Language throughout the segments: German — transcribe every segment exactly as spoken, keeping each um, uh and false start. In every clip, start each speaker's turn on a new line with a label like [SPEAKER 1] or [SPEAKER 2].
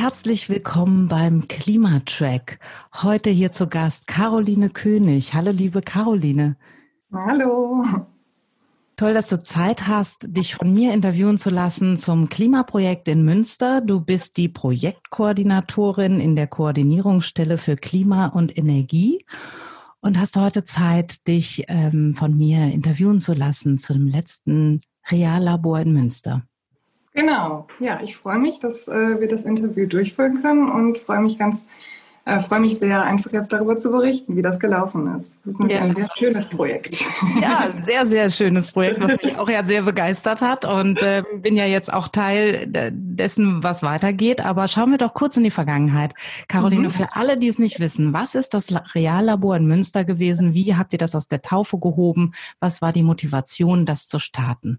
[SPEAKER 1] Herzlich willkommen beim Klimatrack. Heute hier zu Gast Caroline König. Hallo, liebe Caroline.
[SPEAKER 2] Hallo.
[SPEAKER 1] Toll, dass du Zeit hast, dich von mir interviewen zu lassen zum Klimaprojekt in Münster. Du bist die Projektkoordinatorin in der Koordinierungsstelle für Klima und Energie und hast heute Zeit, dich ähm, von mir interviewen zu lassen zu dem letzten Reallabor in Münster.
[SPEAKER 2] Genau, ja, ich freue mich, dass äh, wir das Interview durchführen können und freue mich ganz, äh, freue mich sehr, einfach jetzt darüber zu berichten, wie das gelaufen ist. Das ist nämlich ja, ein sehr schönes Projekt.
[SPEAKER 1] Ja, ein sehr, sehr schönes Projekt, was mich auch ja sehr begeistert hat und äh, bin ja jetzt auch Teil dessen, was weitergeht. Aber schauen wir doch kurz in die Vergangenheit. Caroline, mhm. für alle, die es nicht wissen, was ist das Reallabor in Münster gewesen? Wie habt ihr das aus der Taufe gehoben? Was war die Motivation, das zu starten?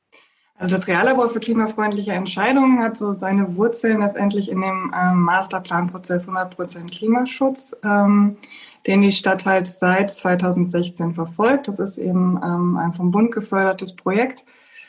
[SPEAKER 2] Also das Reallabor für klimafreundliche Entscheidungen hat so seine Wurzeln letztendlich in dem ähm, Masterplanprozess hundert Prozent Klimaschutz, ähm, den die Stadt halt seit zweitausendsechzehn verfolgt. Das ist eben ähm, ein vom Bund gefördertes Projekt,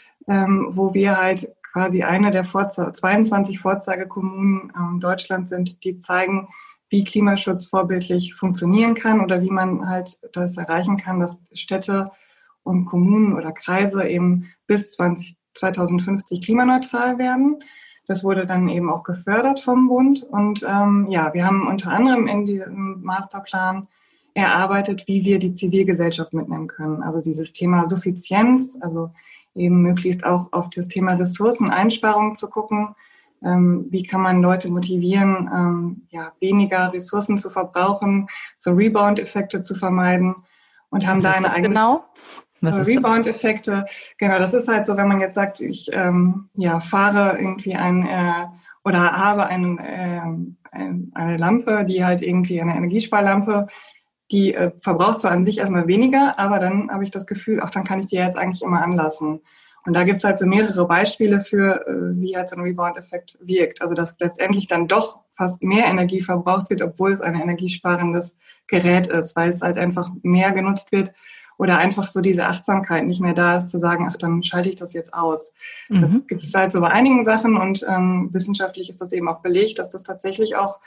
[SPEAKER 2] ähm, wo wir halt quasi eine der Vorze- zweiundzwanzig Vorzeigekommunen ähm, Deutschlands sind, die zeigen, wie Klimaschutz vorbildlich funktionieren kann oder wie man halt das erreichen kann, dass Städte und Kommunen oder Kreise eben bis zweitausendfünfzig klimaneutral werden. Das wurde dann eben auch gefördert vom Bund. Und ähm, ja, wir haben unter anderem in diesem Masterplan erarbeitet, wie wir die Zivilgesellschaft mitnehmen können. Also dieses Thema Suffizienz, also eben möglichst auch auf das Thema Ressourceneinsparung zu gucken. Ähm, wie kann man Leute motivieren, ähm, ja, weniger Ressourcen zu verbrauchen, so Rebound-Effekte zu vermeiden und haben da eine eigene...
[SPEAKER 1] Genau. Was ist
[SPEAKER 2] Rebound-Effekte, genau, das ist halt so, wenn man jetzt sagt, ich ähm, ja, fahre irgendwie ein äh, oder habe einen, äh, eine Lampe, die halt irgendwie eine Energiesparlampe, die äh, verbraucht zwar an sich erstmal weniger, aber dann habe ich das Gefühl, ach, dann kann ich die jetzt eigentlich immer anlassen. Und da gibt es halt so mehrere Beispiele für, äh, wie halt so ein Rebound-Effekt wirkt. Also dass letztendlich dann doch fast mehr Energie verbraucht wird, obwohl es ein energiesparendes Gerät ist, weil es halt einfach mehr genutzt wird. Oder einfach so diese Achtsamkeit nicht mehr da ist, zu sagen, ach, dann schalte ich das jetzt aus. Mhm. Das gibt es halt so bei einigen Sachen und ähm, wissenschaftlich ist das eben auch belegt, dass das tatsächlich auch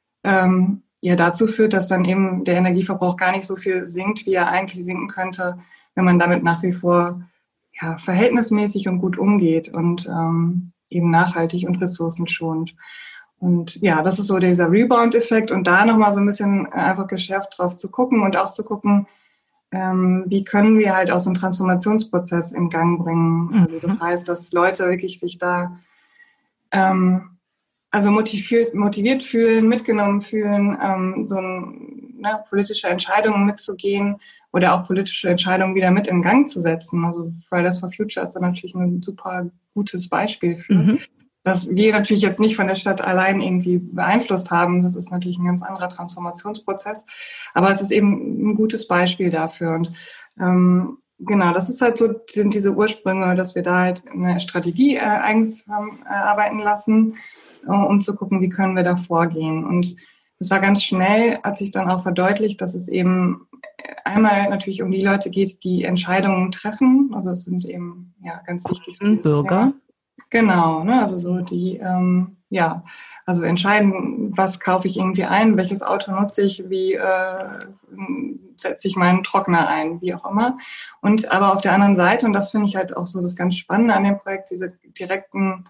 [SPEAKER 2] ähm, ja dazu führt, dass dann eben der Energieverbrauch gar nicht so viel sinkt, wie er eigentlich sinken könnte, wenn man damit nach wie vor ja, verhältnismäßig und gut umgeht und ähm, eben nachhaltig und ressourcenschonend. Und ja, das ist so dieser Rebound-Effekt und da nochmal so ein bisschen einfach geschärft drauf zu gucken und auch zu gucken, Ähm, wie können wir halt auch so einen Transformationsprozess in Gang bringen? Also das heißt, dass Leute wirklich sich da ähm, also motiviert, motiviert fühlen, mitgenommen fühlen, ähm, so ein, ne, politische Entscheidungen mitzugehen oder auch politische Entscheidungen wieder mit in Gang zu setzen. Also Fridays for Future ist da natürlich ein super gutes Beispiel für. Mhm. Das wir natürlich jetzt nicht von der Stadt allein irgendwie beeinflusst haben. Das ist natürlich ein ganz anderer Transformationsprozess. Aber es ist eben ein gutes Beispiel dafür. Und ähm, genau, das ist halt so, sind diese Ursprünge, dass wir da halt eine Strategie äh, eigens haben äh, arbeiten lassen, äh, um zu gucken, wie können wir da vorgehen. Und es war ganz schnell, hat sich dann auch verdeutlicht, dass es eben einmal natürlich um die Leute geht, die Entscheidungen treffen. Also es sind eben ja ganz wichtig.
[SPEAKER 1] Bürger.
[SPEAKER 2] Ja, genau, ne, also so die, ähm, ja, also entscheiden, was kaufe ich irgendwie ein, welches Auto nutze ich, wie äh, setze ich meinen Trockner ein, wie auch immer. Und aber auf der anderen Seite, und das finde ich halt auch so das ganz Spannende an dem Projekt, diese direkten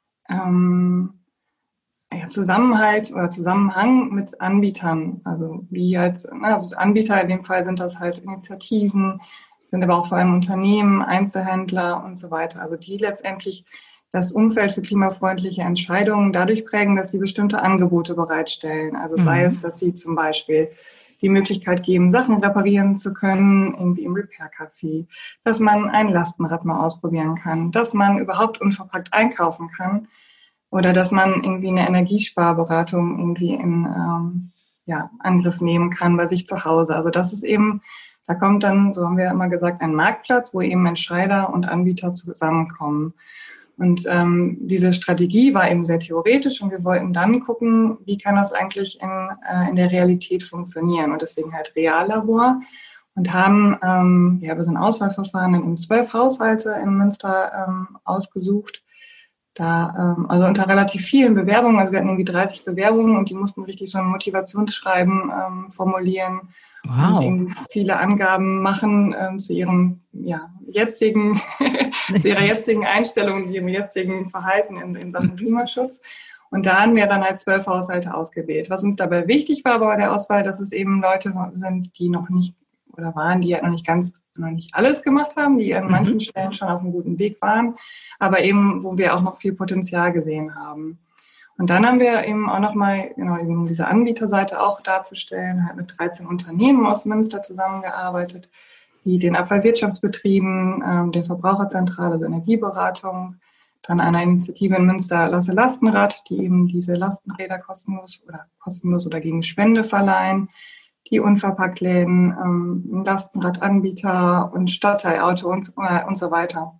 [SPEAKER 2] ähm, ja, Zusammenhalt oder Zusammenhang mit Anbietern. Also wie halt, ne, also Anbieter in dem Fall sind das halt Initiativen, sind aber auch vor allem Unternehmen, Einzelhändler und so weiter. Also die letztendlich das Umfeld für klimafreundliche Entscheidungen dadurch prägen, dass sie bestimmte Angebote bereitstellen. Also mhm. sei es, dass sie zum Beispiel die Möglichkeit geben, Sachen reparieren zu können, irgendwie im Repair-Café, dass man ein Lastenrad mal ausprobieren kann, dass man überhaupt unverpackt einkaufen kann oder dass man irgendwie eine Energiesparberatung irgendwie in ähm, ja, Angriff nehmen kann bei sich zu Hause. Also das ist eben, da kommt dann, so haben wir immer gesagt, ein Marktplatz, wo eben Entscheider und Anbieter zusammenkommen. Und ähm, diese Strategie war eben sehr theoretisch und wir wollten dann gucken, wie kann das eigentlich in, äh, in der Realität funktionieren. Und deswegen halt Reallabor und haben ähm, ja, über so ein Auswahlverfahren in zwölf Haushalte in Münster ähm, ausgesucht. da, ähm, also unter relativ vielen Bewerbungen, also wir hatten irgendwie dreißig Bewerbungen und die mussten richtig so ein Motivationsschreiben ähm, formulieren
[SPEAKER 1] Wow.
[SPEAKER 2] und irgendwie viele Angaben machen ähm, zu ihrem ja, jetzigen, zu ihrer jetzigen Einstellung, ihrem jetzigen Verhalten in, in Sachen Klimaschutz. Und da haben wir dann halt zwölf Haushalte ausgewählt. Was uns dabei wichtig war bei der Auswahl, dass es eben Leute sind, die noch nicht oder waren, die halt noch nicht ganz, noch nicht alles gemacht haben, die an manchen mhm. Stellen schon auf einem guten Weg waren, aber eben, wo wir auch noch viel Potenzial gesehen haben. Und dann haben wir eben auch nochmal, genau, eben diese Anbieterseite auch darzustellen, halt mit dreizehn Unternehmen aus Münster zusammengearbeitet, wie den Abfallwirtschaftsbetrieben, ähm, der Verbraucherzentrale, der Energieberatung, dann einer Initiative in Münster, Lasse Lastenrad, die eben diese Lastenräder kostenlos oder kostenlos oder gegen Spende verleihen, die Unverpacktläden, ähm, Lastenradanbieter und Stadtteilauto und, äh, und so weiter.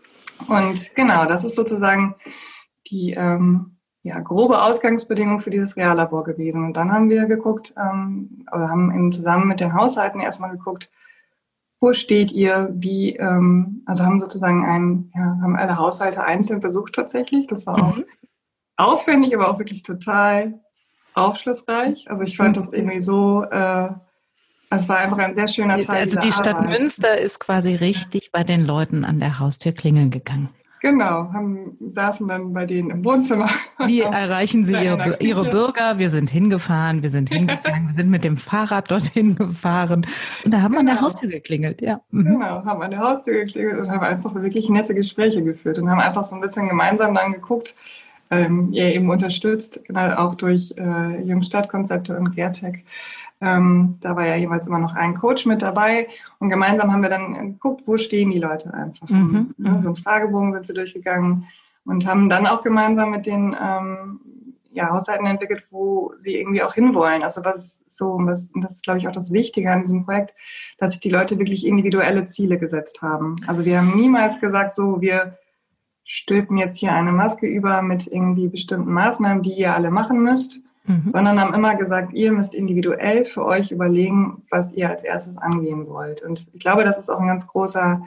[SPEAKER 2] Und genau, das ist sozusagen die ähm, ja, grobe Ausgangsbedingung für dieses Reallabor gewesen. Und dann haben wir geguckt, ähm, oder haben eben zusammen mit den Haushalten erstmal geguckt, wo steht ihr, wie, ähm, also haben sozusagen einen, ja, haben alle Haushalte einzeln besucht tatsächlich. Das war auch mhm. aufwendig, aber auch wirklich total aufschlussreich. Also ich fand mhm. das irgendwie so, äh, es war einfach ein sehr schöner Teil.
[SPEAKER 1] Also die Stadt
[SPEAKER 2] Arbeit.
[SPEAKER 1] Münster ist quasi richtig bei den Leuten an der Haustür klingeln gegangen.
[SPEAKER 2] Genau, haben, saßen dann bei denen im Wohnzimmer.
[SPEAKER 1] Wie erreichen Sie ihre, ihre Bürger? Wir sind hingefahren, wir sind hingegangen, wir sind mit dem Fahrrad dorthin gefahren und da haben wir genau. an der Haustür geklingelt. Ja. Mhm.
[SPEAKER 2] Genau, haben an der Haustür geklingelt und haben einfach wirklich nette Gespräche geführt und haben einfach so ein bisschen gemeinsam dann geguckt, ähm, ihr eben unterstützt, genau, auch durch äh, Jungstadtkonzepte und Gertec. Ähm, da war ja jeweils immer noch ein Coach mit dabei und gemeinsam haben wir dann geguckt, wo stehen die Leute einfach. Mhm, und, ne, so einen Fragebogen sind wir durchgegangen und haben dann auch gemeinsam mit den ähm, ja, Haushalten entwickelt, wo sie irgendwie auch hinwollen. Also was so, was, und das ist, glaube ich, auch das Wichtige an diesem Projekt, dass sich die Leute wirklich individuelle Ziele gesetzt haben. Also wir haben niemals gesagt, so wir stülpen jetzt hier eine Maske über mit irgendwie bestimmten Maßnahmen, die ihr alle machen müsst, mhm. sondern haben immer gesagt, ihr müsst individuell für euch überlegen, was ihr als erstes angehen wollt. Und ich glaube, das ist auch ein ganz großer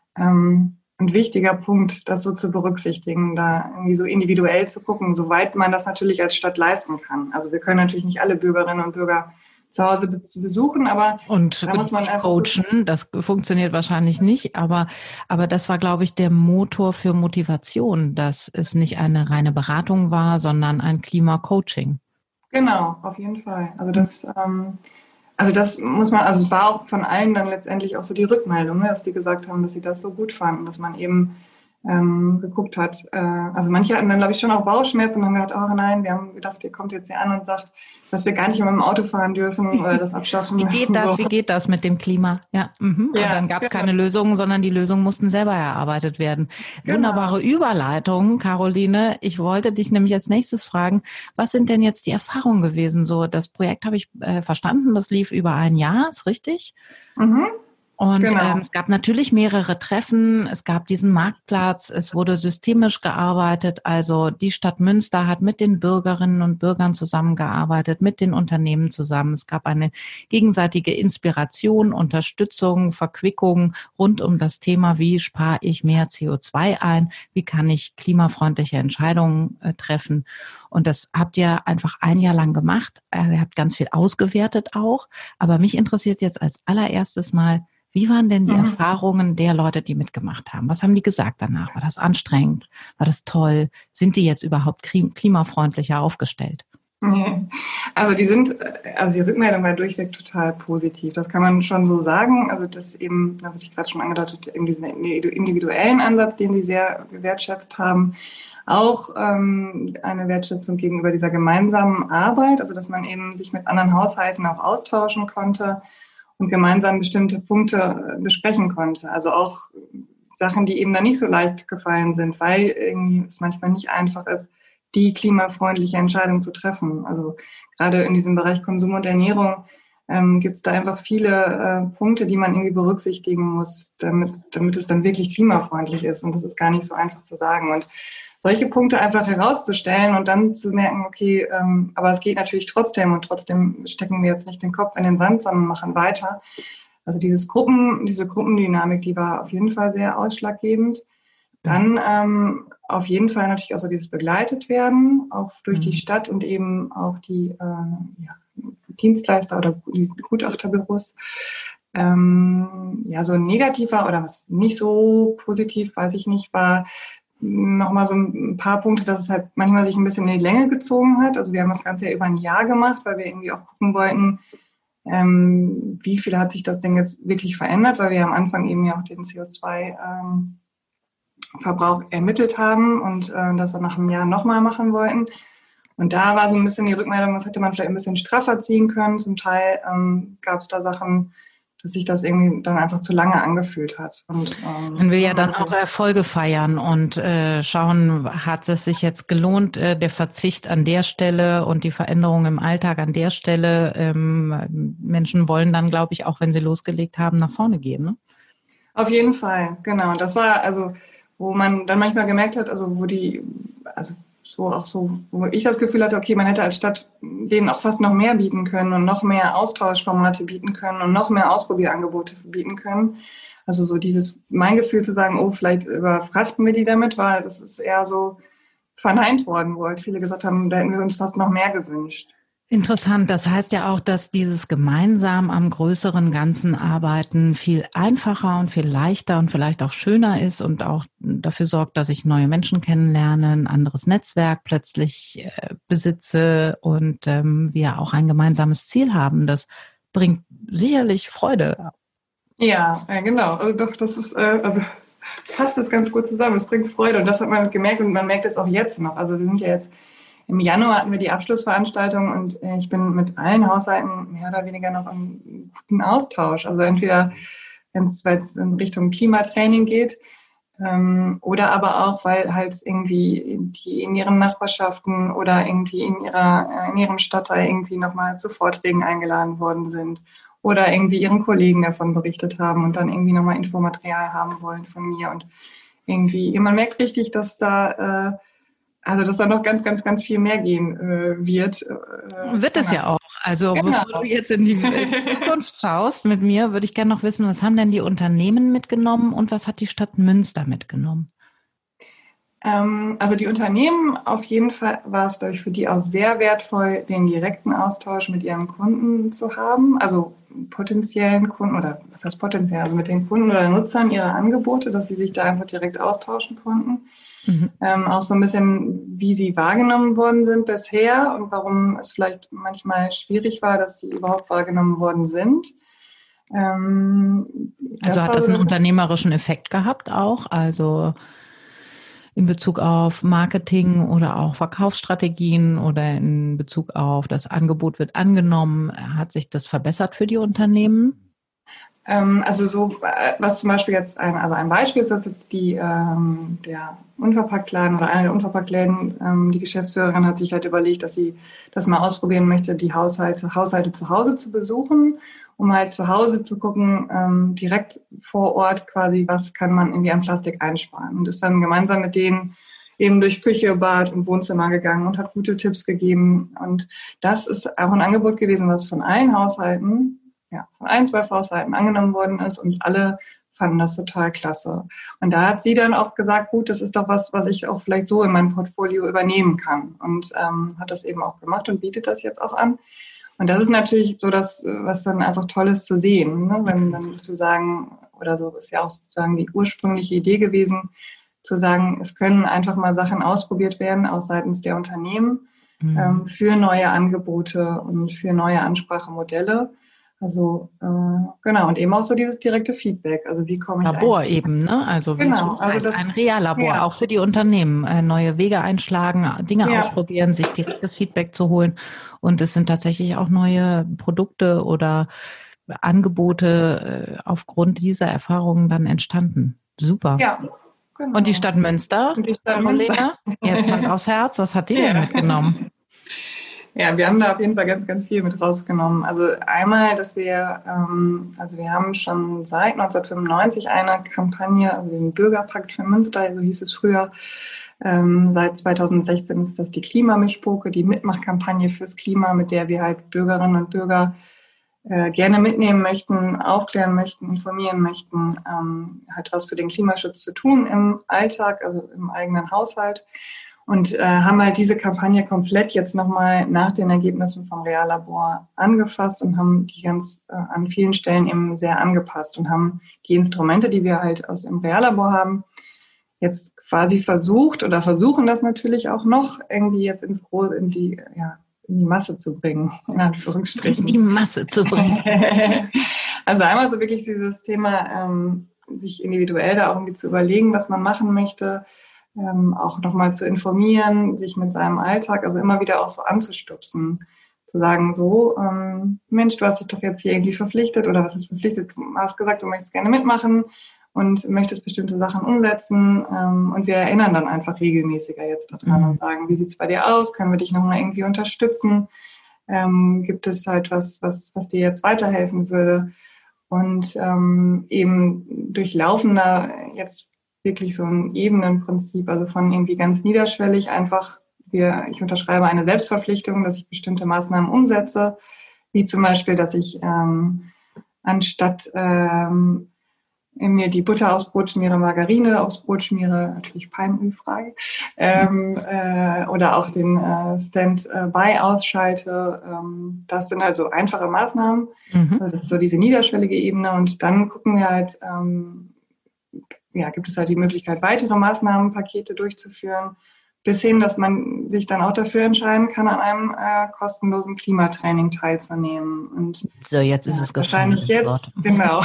[SPEAKER 2] ähm, ein wichtiger Punkt, das so zu berücksichtigen, da irgendwie so individuell zu gucken, soweit man das natürlich als Stadt leisten kann. Also wir können natürlich nicht alle Bürgerinnen und Bürger zu Hause besuchen, aber
[SPEAKER 1] und
[SPEAKER 2] da muss man einfach
[SPEAKER 1] coachen, das funktioniert wahrscheinlich nicht, aber aber das war, glaube ich, der Motor für Motivation, dass es nicht eine reine Beratung war, sondern ein Klimacoaching.
[SPEAKER 2] Genau, auf jeden Fall. Also das, ähm, also das muss man, also es war auch von allen dann letztendlich auch so die Rückmeldung, ne, dass die gesagt haben, dass sie das so gut fanden, dass man eben ähm, geguckt hat. Äh, also manche hatten dann, glaube ich, schon auch Bauchschmerzen und haben gedacht, oh nein, wir haben gedacht, ihr kommt jetzt hier an und sagt, dass wir gar nicht mehr mit dem Auto fahren dürfen oder das abschaffen.
[SPEAKER 1] Wie geht das? So. Wie geht das mit dem Klima? Ja, mhm. ja und dann gab es genau. keine Lösungen, sondern die Lösungen mussten selber erarbeitet werden. Genau. Wunderbare Überleitung, Caroline. Ich wollte dich nämlich als nächstes fragen, was sind denn jetzt die Erfahrungen gewesen? So, das Projekt habe ich äh, verstanden, das lief über ein Jahr, ist richtig?
[SPEAKER 2] Mhm.
[SPEAKER 1] Und
[SPEAKER 2] genau.
[SPEAKER 1] ähm, es gab natürlich mehrere Treffen, es gab diesen Marktplatz, es wurde systemisch gearbeitet. Also die Stadt Münster hat mit den Bürgerinnen und Bürgern zusammengearbeitet, mit den Unternehmen zusammen. Es gab eine gegenseitige Inspiration, Unterstützung, Verquickung rund um das Thema, wie spare ich mehr C O zwei ein, wie kann ich klimafreundliche Entscheidungen äh, treffen. Und das habt ihr einfach ein Jahr lang gemacht. Äh, ihr habt ganz viel ausgewertet auch. Aber mich interessiert jetzt als allererstes mal, wie waren denn die mhm. Erfahrungen der Leute, die mitgemacht haben? Was haben die gesagt danach? War das anstrengend? War das toll? Sind die jetzt überhaupt klimafreundlicher aufgestellt?
[SPEAKER 2] Also die sind, also die Rückmeldung war durchweg total positiv. Das kann man schon so sagen. Also das eben, was ich gerade schon angedeutet habe, eben diesen individuellen Ansatz, den sie sehr gewertschätzt haben. Auch ähm, eine Wertschätzung gegenüber dieser gemeinsamen Arbeit, also dass man eben sich mit anderen Haushalten auch austauschen konnte und gemeinsam bestimmte Punkte besprechen konnte. Also auch Sachen, die eben da nicht so leicht gefallen sind, weil irgendwie es manchmal nicht einfach ist, die klimafreundliche Entscheidung zu treffen. Also gerade in diesem Bereich Konsum und Ernährung ähm, gibt es da einfach viele äh, Punkte, die man irgendwie berücksichtigen muss, damit, damit es dann wirklich klimafreundlich ist. Und das ist gar nicht so einfach zu sagen. Und solche Punkte einfach herauszustellen und dann zu merken, okay, ähm, aber es geht natürlich trotzdem und trotzdem stecken wir jetzt nicht den Kopf in den Sand, sondern machen weiter. Also dieses Gruppen, diese Gruppendynamik, die war auf jeden Fall sehr ausschlaggebend. Dann ähm, auf jeden Fall natürlich auch so dieses begleitet werden, auch durch mhm. die Stadt und eben auch die äh, ja, Dienstleister oder die Gutachterbüros. Ähm, ja, so ein negativer oder was nicht so positiv, weiß ich nicht, war nochmal so ein paar Punkte, dass es halt manchmal sich ein bisschen in die Länge gezogen hat. Also wir haben das Ganze ja über ein Jahr gemacht, weil wir irgendwie auch gucken wollten, ähm, wie viel hat sich das denn jetzt wirklich verändert, weil wir am Anfang eben ja auch den C O zwei Verbrauch ermittelt haben und äh, das dann nach einem Jahr nochmal machen wollten. Und da war so ein bisschen die Rückmeldung, das hätte man vielleicht ein bisschen straffer ziehen können. Zum Teil ähm, gab es da Sachen, dass sich das irgendwie dann einfach zu lange angefühlt hat. Und, ähm,
[SPEAKER 1] man will ja dann auch Erfolge feiern und äh, schauen, hat es sich jetzt gelohnt, äh, der Verzicht an der Stelle und die Veränderung im Alltag an der Stelle. Ähm, Menschen wollen dann, glaube ich, auch wenn sie losgelegt haben, nach vorne gehen. Ne?
[SPEAKER 2] Auf jeden Fall, genau. Das war also, wo man dann manchmal gemerkt hat, also wo die, also so auch so, wo ich das Gefühl hatte, okay, man hätte als Stadt denen auch fast noch mehr bieten können und noch mehr Austauschformate bieten können und noch mehr Ausprobierangebote bieten können. Also so dieses, mein Gefühl zu sagen, oh, vielleicht überfrachten wir die damit, weil das ist eher so verneint worden, wo halt viele gesagt haben, da hätten wir uns fast noch mehr gewünscht.
[SPEAKER 1] Interessant. Das heißt ja auch, dass dieses gemeinsam am größeren Ganzen arbeiten viel einfacher und viel leichter und vielleicht auch schöner ist und auch dafür sorgt, dass ich neue Menschen kennenlerne, ein anderes Netzwerk plötzlich äh, besitze und ähm, wir auch ein gemeinsames Ziel haben. Das bringt sicherlich Freude.
[SPEAKER 2] Ja, ja genau. Also doch, das ist, äh, also fasst es ganz gut zusammen. Es bringt Freude und das hat man gemerkt und man merkt es auch jetzt noch. Also wir sind ja jetzt im Januar hatten wir die Abschlussveranstaltung und äh, ich bin mit allen Haushalten mehr oder weniger noch im guten Austausch. Also entweder, wenn es in Richtung Klimatraining geht ähm, oder aber auch, weil halt irgendwie die in ihren Nachbarschaften oder irgendwie in ihrer in ihrem Stadtteil irgendwie nochmal zu Vorträgen eingeladen worden sind oder irgendwie ihren Kollegen davon berichtet haben und dann irgendwie nochmal Infomaterial haben wollen von mir und irgendwie, man merkt richtig, dass da äh, Also, dass da noch ganz, ganz, ganz viel mehr gehen äh, wird.
[SPEAKER 1] Äh, wird es ja auch. Also, genau. Bevor du jetzt in die, in die Zukunft schaust mit mir, würde ich gerne noch wissen, was haben denn die Unternehmen mitgenommen und was hat die Stadt Münster mitgenommen?
[SPEAKER 2] Ähm, also die Unternehmen, auf jeden Fall war es, glaube ich, für die auch sehr wertvoll, den direkten Austausch mit ihren Kunden zu haben. Also potenziellen Kunden oder was heißt potenziell, also mit den Kunden oder Nutzern ihrer Angebote, dass sie sich da einfach direkt austauschen konnten. Mhm. Ähm, auch so ein bisschen, wie sie wahrgenommen worden sind bisher und warum es vielleicht manchmal schwierig war, dass sie überhaupt wahrgenommen worden sind.
[SPEAKER 1] Ähm, also hat das einen unternehmerischen Effekt gehabt auch? Also in Bezug auf Marketing oder auch Verkaufsstrategien oder in Bezug auf das Angebot wird angenommen, hat sich das verbessert für die Unternehmen?
[SPEAKER 2] Also so, was zum Beispiel jetzt ein, also ein Beispiel ist, dass jetzt die, ähm, der Unverpacktladen oder einer der Unverpacktläden, ähm, die Geschäftsführerin hat sich halt überlegt, dass sie das mal ausprobieren möchte, die Haushalte, Haushalte zu Hause zu besuchen, um halt zu Hause zu gucken, ähm, direkt vor Ort quasi, was kann man irgendwie an Plastik einsparen. Und ist dann gemeinsam mit denen eben durch Küche, Bad und Wohnzimmer gegangen und hat gute Tipps gegeben. Und das ist auch ein Angebot gewesen, was von allen Haushalten ja, von ein, zwei Haushalten angenommen worden ist und alle fanden das total klasse. Und da hat sie dann auch gesagt, gut, das ist doch was, was ich auch vielleicht so in mein Portfolio übernehmen kann. Und ähm, hat das eben auch gemacht und bietet das jetzt auch an. Und das ist natürlich so das, was dann einfach toll ist zu sehen, ne? Wenn dann sozusagen, oder so ist ja auch sozusagen die ursprüngliche Idee gewesen, zu sagen, es können einfach mal Sachen ausprobiert werden, auch seitens der Unternehmen, mhm. ähm, für neue Angebote und für neue Ansprachemodelle. Also äh, genau, und eben auch so dieses direkte Feedback. Also wie komme ich
[SPEAKER 1] Labor eben, ne? Also wie
[SPEAKER 2] genau,
[SPEAKER 1] es heißt,
[SPEAKER 2] also das,
[SPEAKER 1] ein Reallabor, ja. Auch für die Unternehmen. Äh, neue Wege einschlagen, Dinge ja. ausprobieren, sich direktes Feedback zu holen. Und es sind tatsächlich auch neue Produkte oder Angebote äh, aufgrund dieser Erfahrungen dann entstanden. Super.
[SPEAKER 2] Ja, genau.
[SPEAKER 1] Und die Stadt Münster,
[SPEAKER 2] und die Stadt Münster.
[SPEAKER 1] Jetzt Hand aufs Herz, was hat die ja. denn mitgenommen?
[SPEAKER 2] Ja, wir haben da auf jeden Fall ganz, ganz viel mit rausgenommen. Also einmal, dass wir, ähm, also wir haben schon seit neunzehnhundertfünfundneunzig eine Kampagne, also den Bürgerpakt für Münster, so hieß es früher. Ähm, seit zweitausendsechzehn ist das die Klimamischpoke, die Mitmachkampagne fürs Klima, mit der wir halt Bürgerinnen und Bürger äh, gerne mitnehmen möchten, aufklären möchten, informieren möchten, ähm, halt was für den Klimaschutz zu tun im Alltag, also im eigenen Haushalt. Und äh, haben halt diese Kampagne komplett jetzt nochmal nach den Ergebnissen vom Reallabor angefasst und haben die ganz äh, an vielen Stellen eben sehr angepasst und haben die Instrumente, die wir halt aus dem Reallabor haben, jetzt quasi versucht oder versuchen das natürlich auch noch irgendwie jetzt ins Große, in die, ja, in die Masse zu bringen, in Anführungsstrichen.
[SPEAKER 1] In die Masse zu bringen.
[SPEAKER 2] Also einmal so wirklich dieses Thema, ähm, sich individuell da auch irgendwie zu überlegen, was man machen möchte, ähm, auch nochmal zu informieren, sich mit seinem Alltag, also immer wieder auch so anzustupsen, zu sagen, so, ähm, Mensch, du hast dich doch jetzt hier irgendwie verpflichtet oder was ist verpflichtet, du hast gesagt, du möchtest gerne mitmachen und möchtest bestimmte Sachen umsetzen, ähm, und wir erinnern dann einfach regelmäßiger jetzt daran, mhm, und sagen, wie sieht's bei dir aus, können wir dich nochmal irgendwie unterstützen, ähm, gibt es halt was, was, was dir jetzt weiterhelfen würde und ähm, eben durchlaufender jetzt wirklich so ein Ebenenprinzip, also von irgendwie ganz niederschwellig einfach, wir, ich unterschreibe eine Selbstverpflichtung, dass ich bestimmte Maßnahmen umsetze, wie zum Beispiel, dass ich ähm, anstatt ähm, mir die Butter aufs Brot schmiere, Margarine aufs Brot schmiere, natürlich palmölfrei, ähm, äh, oder auch den äh, Stand-by ausschalte. Ähm, das sind halt so einfache Maßnahmen. Mhm. Also das ist so diese niederschwellige Ebene und dann gucken wir halt, ähm, ja, gibt es halt die Möglichkeit, weitere Maßnahmenpakete durchzuführen, bis hin, dass man sich dann auch dafür entscheiden kann, an einem äh, kostenlosen Klimatraining teilzunehmen. Und
[SPEAKER 1] so, jetzt ist ja, es
[SPEAKER 2] wahrscheinlich jetzt, Wort. Genau.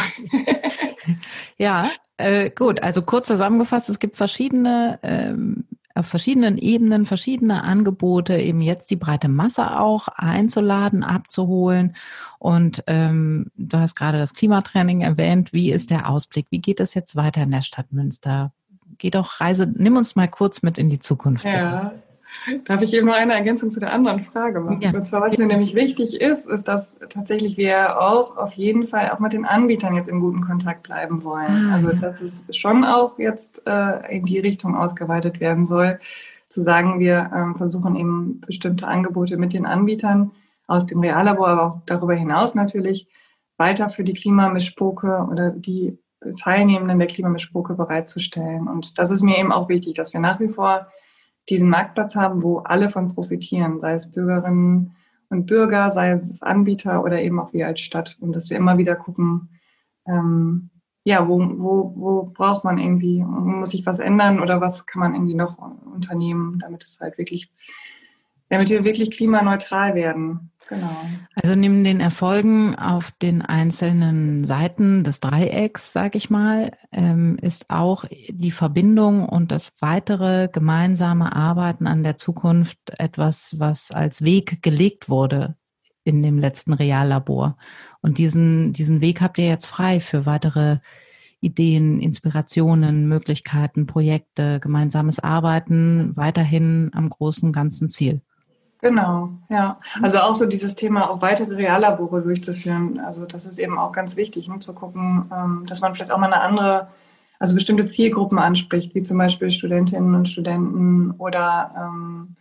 [SPEAKER 1] Ja, äh, gut. Also kurz zusammengefasst, es gibt verschiedene, ähm, auf verschiedenen Ebenen verschiedene Angebote, eben jetzt die breite Masse auch einzuladen, abzuholen. Und ähm, du hast gerade das Klimatraining erwähnt. Wie ist der Ausblick? Wie geht es jetzt weiter in der Stadt Münster? Geh doch Reise, nimm uns mal kurz mit in die Zukunft, bitte.
[SPEAKER 2] Ja. Darf ich eben noch eine Ergänzung zu der anderen Frage machen? Ja. Und zwar, was mir nämlich wichtig ist, ist, dass tatsächlich wir auch auf jeden Fall auch mit den Anbietern jetzt in guten Kontakt bleiben wollen. Ah, also, ja. Dass es schon auch jetzt äh, in die Richtung ausgeweitet werden soll, zu sagen, wir ähm, versuchen eben bestimmte Angebote mit den Anbietern aus dem Reallabor, aber auch darüber hinaus natürlich weiter für die Klimamischpoke oder die Teilnehmenden der Klimamischpoke bereitzustellen. Und das ist mir eben auch wichtig, dass wir nach wie vor diesen Marktplatz haben, wo alle von profitieren, sei es Bürgerinnen und Bürger, sei es Anbieter oder eben auch wir als Stadt. Und dass wir immer wieder gucken, ähm, ja, wo, wo, wo braucht man irgendwie, muss sich was ändern oder was kann man irgendwie noch unternehmen, damit es halt wirklich, damit wir wirklich klimaneutral werden. Genau.
[SPEAKER 1] Also neben den Erfolgen auf den einzelnen Seiten des Dreiecks, sage ich mal, ähm, ist auch die Verbindung und das weitere gemeinsame Arbeiten an der Zukunft etwas, was als Weg gelegt wurde in dem letzten Reallabor. Und diesen, diesen Weg habt ihr jetzt frei für weitere Ideen, Inspirationen, Möglichkeiten, Projekte, gemeinsames Arbeiten, weiterhin am großen ganzen Ziel.
[SPEAKER 2] Genau, ja. Also auch so dieses Thema, auch weitere Reallabore durchzuführen. Also das ist eben auch ganz wichtig, ne, zu gucken, ähm, dass man vielleicht auch mal eine andere, also bestimmte Zielgruppen anspricht, wie zum Beispiel Studentinnen und Studenten oder, ähm,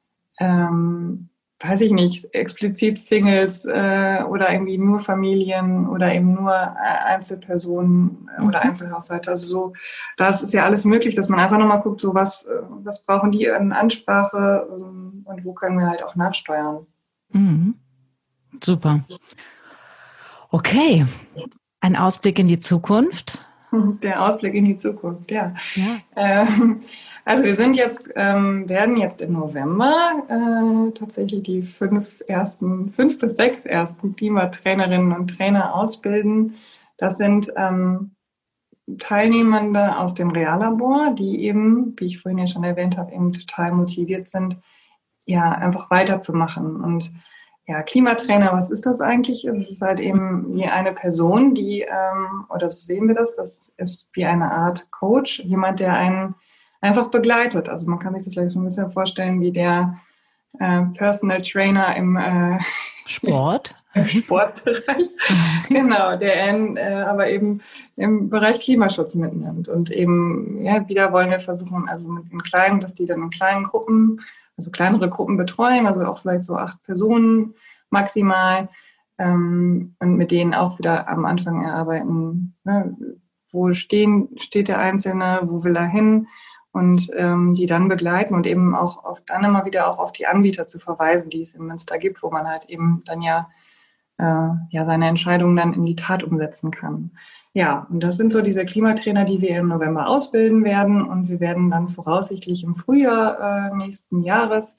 [SPEAKER 2] ähm, weiß ich nicht, explizit Singles äh, oder irgendwie nur Familien oder eben nur Einzelpersonen äh, oder Einzelhaushalte. Also so, das ist ja alles möglich, dass man einfach nochmal guckt, so was, was brauchen die an Ansprache ähm, und wo können wir halt auch nachsteuern.
[SPEAKER 1] Mhm. Super. Okay, ein Ausblick in die Zukunft.
[SPEAKER 2] Der Ausblick in die Zukunft, ja. ja. Ähm, also wir sind jetzt, ähm, werden jetzt im November äh, tatsächlich die fünf ersten, fünf bis sechs ersten Klimatrainerinnen und Trainer ausbilden. Das sind ähm, Teilnehmende aus dem Reallabor, die eben, wie ich vorhin ja schon erwähnt habe, eben total motiviert sind, ja, einfach weiterzumachen. Und ja, Klimatrainer, was ist das eigentlich? Es ist halt eben wie eine Person, die, ähm, oder so sehen wir das, das ist wie eine Art Coach, jemand, der einen einfach begleitet. Also man kann sich das vielleicht so ein bisschen vorstellen wie der äh, Personal Trainer im äh,
[SPEAKER 1] Sport.
[SPEAKER 2] im Sportbereich. Genau, der einen äh, aber eben im Bereich Klimaschutz mitnimmt. Und eben, ja, wieder wollen wir versuchen, also mit in kleinen, dass die dann in kleinen Gruppen, also kleinere Gruppen betreuen, also auch vielleicht so acht Personen maximal, ähm, und mit denen auch wieder am Anfang erarbeiten, ne? Wo stehen, steht der Einzelne, wo will er hin, und ähm, die dann begleiten und eben auch auf, dann immer wieder auch auf die Anbieter zu verweisen, die es in Münster gibt, wo man halt eben dann ja, äh, ja seine Entscheidungen dann in die Tat umsetzen kann. Ja, und das sind so diese Klimatrainer, die wir im November ausbilden werden, und wir werden dann voraussichtlich im Frühjahr äh, nächsten Jahres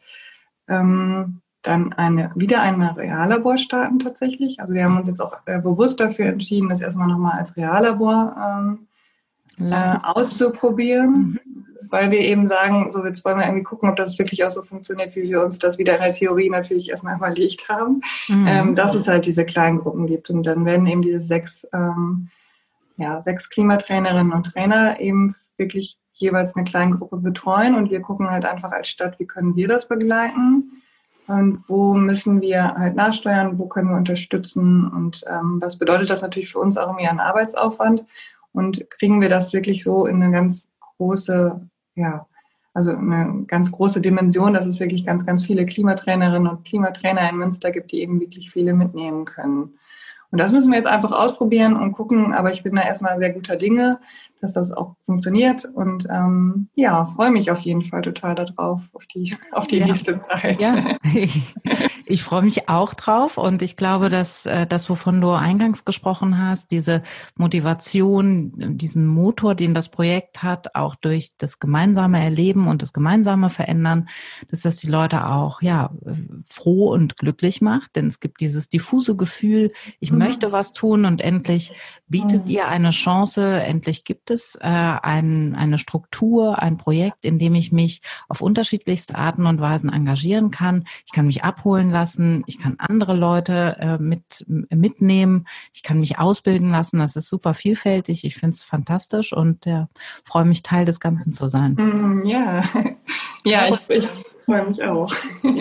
[SPEAKER 2] ähm, dann eine, wieder ein Reallabor starten tatsächlich. Also wir haben uns jetzt auch äh, bewusst dafür entschieden, das erstmal nochmal als Reallabor ähm, äh, auszuprobieren, mhm. weil wir eben sagen, so jetzt wollen wir irgendwie gucken, ob das wirklich auch so funktioniert, wie wir uns das wieder in der Theorie natürlich erstmal überlegt haben, mhm. ähm, dass es halt diese kleinen Gruppen gibt. Und dann werden eben diese sechs, ähm, ja, sechs Klimatrainerinnen und Trainer eben wirklich jeweils eine kleine Gruppe betreuen, und wir gucken halt einfach als Stadt, wie können wir das begleiten und wo müssen wir halt nachsteuern, wo können wir unterstützen, und ähm, was bedeutet das natürlich für uns auch irgendwie an Arbeitsaufwand, und kriegen wir das wirklich so in eine ganz große, ja, also eine ganz große Dimension, dass es wirklich ganz, ganz viele Klimatrainerinnen und Klimatrainer in Münster gibt, die eben wirklich viele mitnehmen können. Und das müssen wir jetzt einfach ausprobieren und gucken, aber ich bin da erstmal sehr guter Dinge, dass das auch funktioniert, und ähm, ja, freue mich auf jeden Fall total darauf, auf die, auf die ja. nächste Zeit.
[SPEAKER 1] Ja, ich, ich freue mich auch drauf, und ich glaube, dass das, wovon du eingangs gesprochen hast, diese Motivation, diesen Motor, den das Projekt hat, auch durch das gemeinsame Erleben und das gemeinsame Verändern, dass das die Leute auch ja froh und glücklich macht, denn es gibt dieses diffuse Gefühl, ich mhm. möchte was tun, und endlich bietet mhm. ihr eine Chance, endlich gibt es äh, ein, eine Struktur, ein Projekt, in dem ich mich auf unterschiedlichste Arten und Weisen engagieren kann. Ich kann mich abholen lassen, ich kann andere Leute äh, mit mitnehmen, ich kann mich ausbilden lassen. Das ist super vielfältig. Ich finde es fantastisch, und äh, freue mich, Teil des Ganzen zu sein.
[SPEAKER 2] Ja, ja, ich, ich freue mich auch.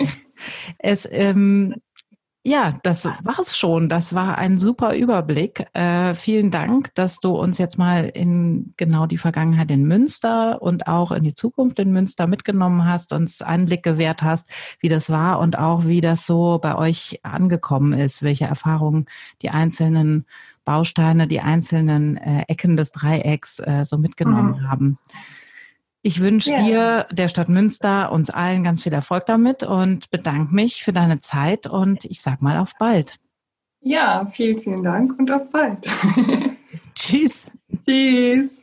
[SPEAKER 1] Es ähm, Ja, das war es schon. Das war ein super Überblick. Äh, vielen Dank, dass du uns jetzt mal in genau die Vergangenheit in Münster und auch in die Zukunft in Münster mitgenommen hast, uns Einblick gewährt hast, wie das war und auch wie das so bei euch angekommen ist, welche Erfahrungen die einzelnen Bausteine, die einzelnen äh, Ecken des Dreiecks äh, so mitgenommen mhm. haben. Ich wünsche yeah. dir, der Stadt Münster, uns allen ganz viel Erfolg damit und bedanke mich für deine Zeit, und ich sag mal auf bald.
[SPEAKER 2] Ja, vielen, vielen Dank und auf bald.
[SPEAKER 1] Tschüss.
[SPEAKER 2] Tschüss.